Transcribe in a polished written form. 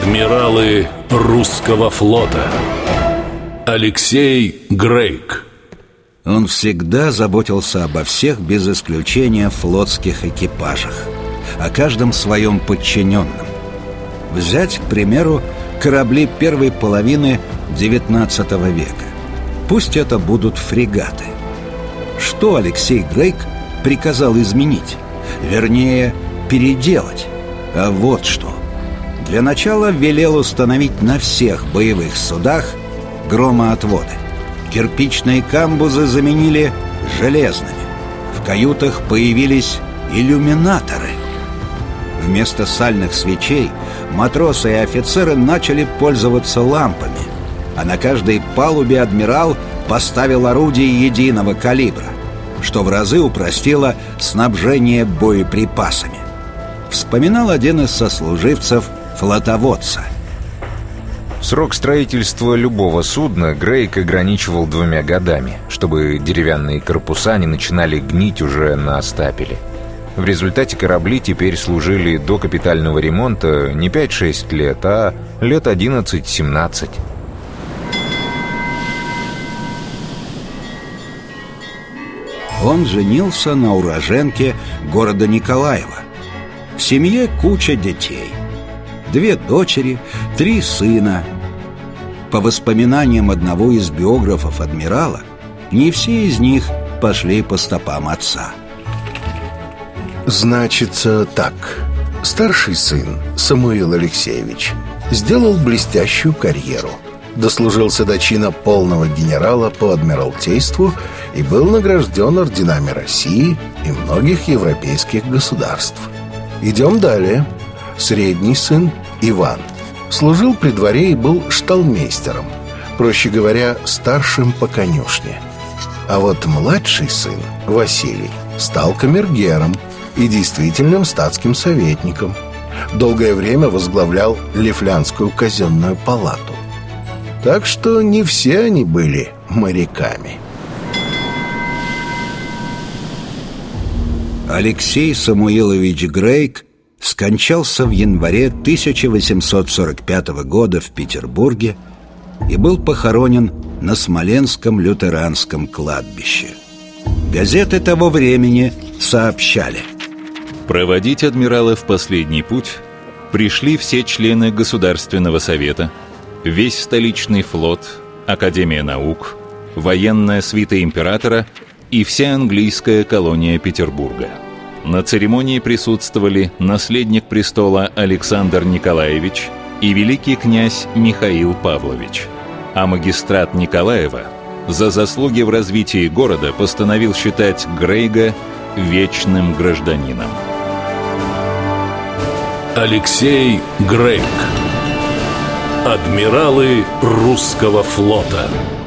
Адмиралы русского флота. Алексей Грейк. Он всегда заботился обо всех без исключения флотских экипажах, о каждом своем подчиненном. Взять, к примеру, корабли первой половины XIX века. Пусть это будут фрегаты. Что Алексей Грейк приказал изменить? Вернее, переделать. А вот что. Для начала велел установить на всех боевых судах громоотводы. Кирпичные камбузы заменили железными. В каютах появились иллюминаторы. Вместо сальных свечей матросы и офицеры начали пользоваться лампами, а на каждой палубе адмирал поставил орудие единого калибра, что в разы упростило снабжение боеприпасами. Вспоминал один из сослуживцев флотоводца. Срок строительства любого судна Грейк ограничивал 2 годами, чтобы деревянные корпуса не начинали гнить уже на стапеле. В результате корабли теперь служили до капитального ремонта не 5-6 лет, а лет 11-17. Он женился на уроженке города Николаева. В семье куча детей. 2 дочери, 3 сына. По воспоминаниям одного из биографов адмирала, не все из них пошли по стопам отца. Значится так. Старший сын, Самуил Алексеевич, сделал блестящую карьеру. Дослужился до чина полного генерала по адмиралтейству и был награжден орденами России и многих европейских государств. Идем далее. Средний сын, Иван, служил при дворе и был шталмейстером, проще говоря, старшим по конюшне. А вот младший сын, Василий, стал камергером и действительным статским советником. Долгое время возглавлял Лифлянскую казенную палату. Так что не все они были моряками. Алексей Самуилович Грейк скончался в январе 1845 года в Петербурге и был похоронен на Смоленском лютеранском кладбище. Газеты того времени сообщали: проводить адмирала в последний путь пришли все члены Государственного совета, весь столичный флот, Академия наук, военная свита императора и вся английская колония Петербурга. На церемонии присутствовали наследник престола Александр Николаевич и великий князь Михаил Павлович. А магистрат Николаева за заслуги в развитии города постановил считать Грейга вечным гражданином. Алексей Грейк. Адмиралы русского флота.